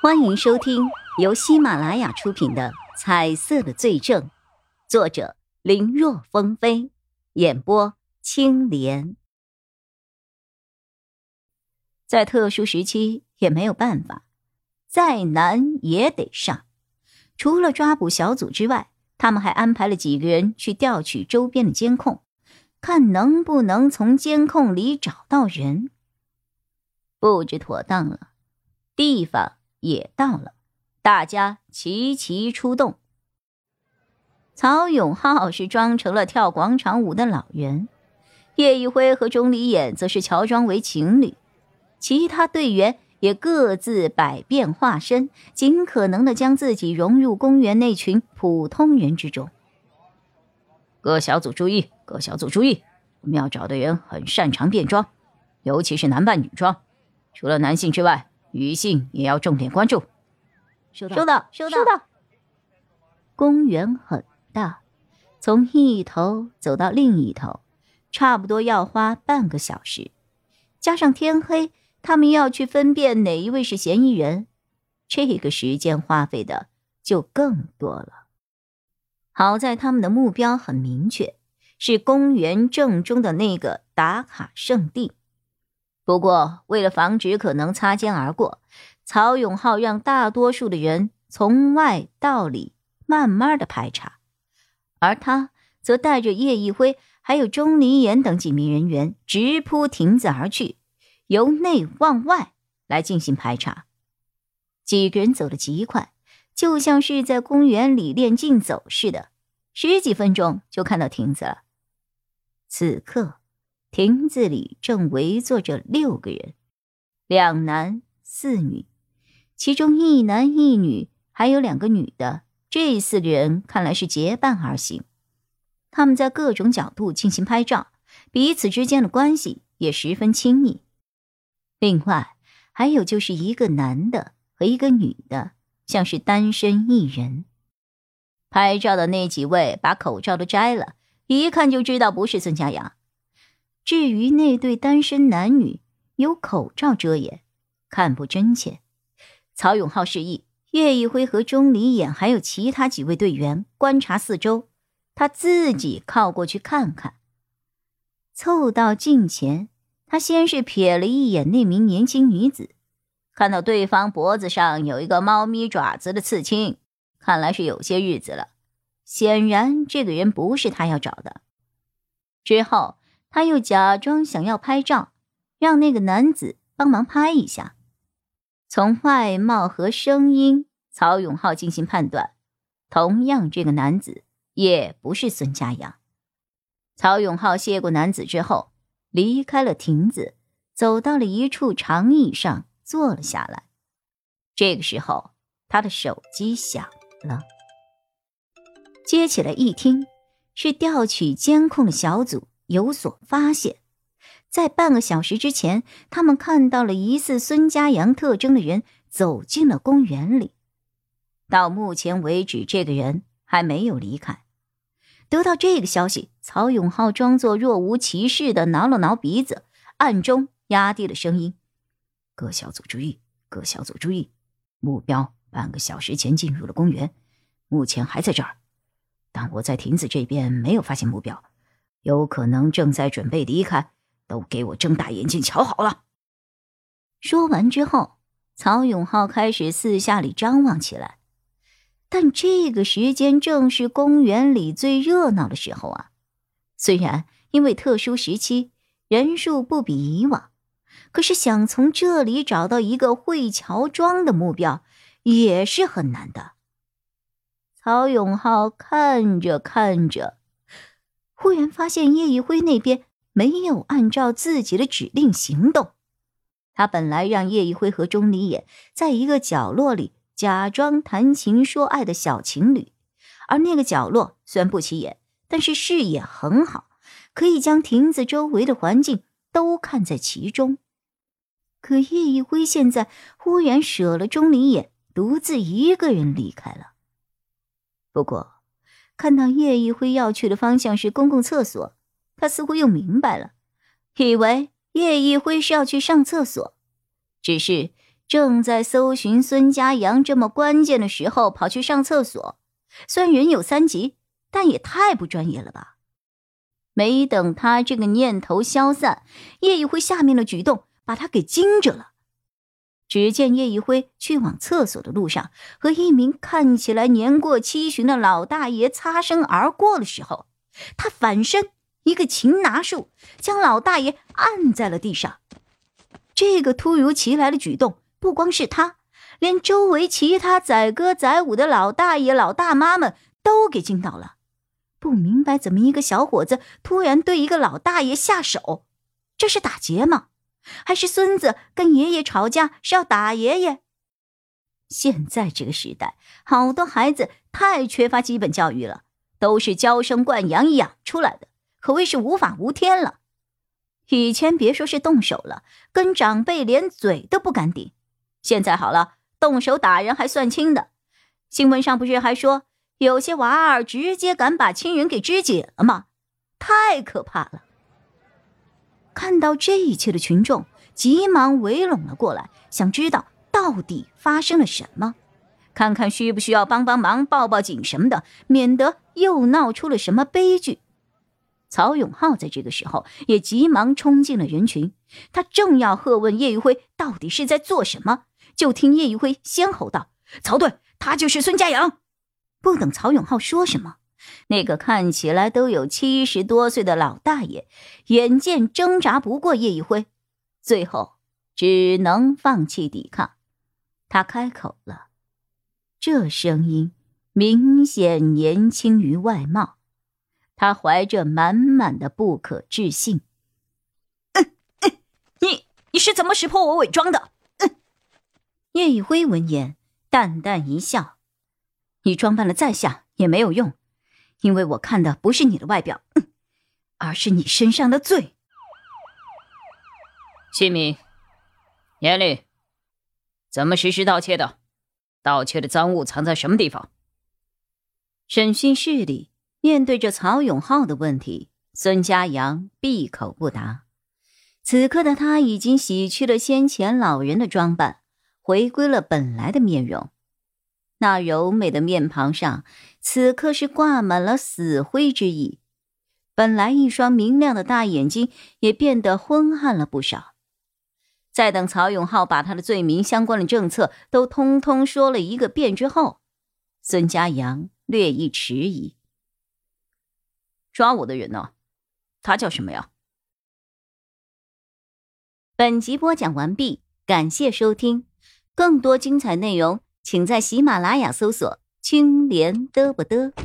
欢迎收听由喜马拉雅出品的《彩色的罪证》，作者林若风飞，演播青莲。在特殊时期也没有办法，再难也得上。除了抓捕小组之外，他们还安排了几个人去调取周边的监控，看能不能从监控里找到人。布置妥当了，地方也到了，大家齐齐出动。曹永浩是装成了跳广场舞的老人，叶一辉和钟离衍则是乔装为情侣，其他队员也各自百变化身，尽可能的将自己融入公园那群普通人之中。各小组注意，各小组注意，我们要找的人很擅长变装，尤其是男扮女装，除了男性之外，女性也要重点关注。收到。公园很大，从一头走到另一头，差不多要花半个小时。加上天黑，他们要去分辨哪一位是嫌疑人，这个时间花费的就更多了。好在他们的目标很明确，是公园正中的那个打卡圣地。不过为了防止可能擦肩而过，曹永浩让大多数的人从外到里慢慢的排查，而他则带着叶一辉还有钟离衍等几名人员直扑亭子而去，由内往外来进行排查。几个人走得极快，就像是在公园里练竞走似的，10几分钟就看到亭子了。此刻亭子里正围坐着6个人，2男4女，其中1男1女还有2个女的，这4个人看来是结伴而行。他们在各种角度进行拍照，彼此之间的关系也十分亲密。另外还有就是一个男的和一个女的，像是单身一人。拍照的那几位把口罩都摘了，一看就知道不是孙家阳。至于那对单身男女，有口罩遮掩，看不真切。曹永浩示意叶一辉和钟离衍还有其他几位队员观察四周，他自己靠过去看看。凑到近前，他先是瞥了一眼那名年轻女子，看到对方脖子上有一个猫咪爪子的刺青，看来是有些日子了，显然这个人不是他要找的。之后他又假装想要拍照，让那个男子帮忙拍一下。从外貌和声音，曹永浩进行判断，同样这个男子也不是孙家阳。曹永浩谢过男子之后，离开了亭子，走到了一处长椅上坐了下来。这个时候他的手机响了，接起来一听，是调取监控的小组有所发现。在半个小时之前，他们看到了疑似孙家阳特征的人走进了公园里。到目前为止，这个人还没有离开。得到这个消息，曹永浩装作若无其事地挠了挠鼻子，暗中压低了声音：各小组注意，各小组注意，目标半个小时前进入了公园，目前还在这儿，但我在亭子这边没有发现目标，有可能正在准备离开，都给我睁大眼睛瞧好了。说完之后，曹永浩开始四下里张望起来。但这个时间正是公园里最热闹的时候啊！虽然因为特殊时期人数不比以往，可是想从这里找到一个会乔装的目标也是很难的。曹永浩看着看着，忽然发现叶一辉那边没有按照自己的指令行动。他本来让叶一辉和钟离衍在一个角落里假装谈情说爱的小情侣，而那个角落虽然不起眼，但是视野很好，可以将亭子周围的环境都看在其中。可叶一辉现在忽然舍了钟离衍，独自一个人离开了。不过看到叶一辉要去的方向是公共厕所，他似乎又明白了，以为叶一辉是要去上厕所，只是正在搜寻孙家阳这么关键的时候跑去上厕所，虽然人有3急，但也太不专业了吧。没等他这个念头消散，叶一辉下面的举动把他给惊着了。只见叶一辉去往厕所的路上，和一名看起来年过70的老大爷擦身而过的时候，他反身一个擒拿术，将老大爷按在了地上。这个突如其来的举动，不光是他，连周围其他载歌载舞的老大爷老大妈们都给惊到了。不明白怎么一个小伙子突然对一个老大爷下手，这是打劫吗？还是孙子跟爷爷吵架是要打爷爷？现在这个时代，好多孩子太缺乏基本教育了，都是娇生惯养养出来的，可谓是无法无天了。以前别说是动手了，跟长辈连嘴都不敢顶，现在好了，动手打人还算轻的。新闻上不是还说有些娃儿直接敢把亲人给肢解了吗？太可怕了。看到这一切的群众急忙围拢了过来，想知道到底发生了什么，看看需不需要帮帮忙报报警什么的，免得又闹出了什么悲剧。曹永浩在这个时候也急忙冲进了人群，他正要喝问叶一辉到底是在做什么，就听叶一辉先吼道：曹队，他就是孙家阳。不等曹永浩说什么，那个看起来都有70多岁的老大爷眼见挣扎不过叶一辉，最后只能放弃抵抗。他开口了，这声音明显年轻于外貌，他怀着满满的不可置信。你是怎么识破我伪装的？叶一辉闻言淡淡一笑，你装扮的再像也没有用，因为我看的不是你的外表，而是你身上的罪。 姓名、年龄，怎么实施盗窃的？盗窃的赃物藏在什么地方？ 审讯室里，面对着曹永浩的问题，孙家阳闭口不答。此刻的他已经洗去了先前老人的装扮，回归了本来的面容。那柔美的面庞上，此刻是挂满了死灰之意。本来一双明亮的大眼睛也变得昏暗了不少。再等曹永浩把他的罪名相关的政策都通通说了一个遍之后，孙家阳略一迟疑。 抓我的人呢？他叫什么呀？ 本集播讲完毕，感谢收听。更多精彩内容请在喜马拉雅搜索青莲嘚不嘚。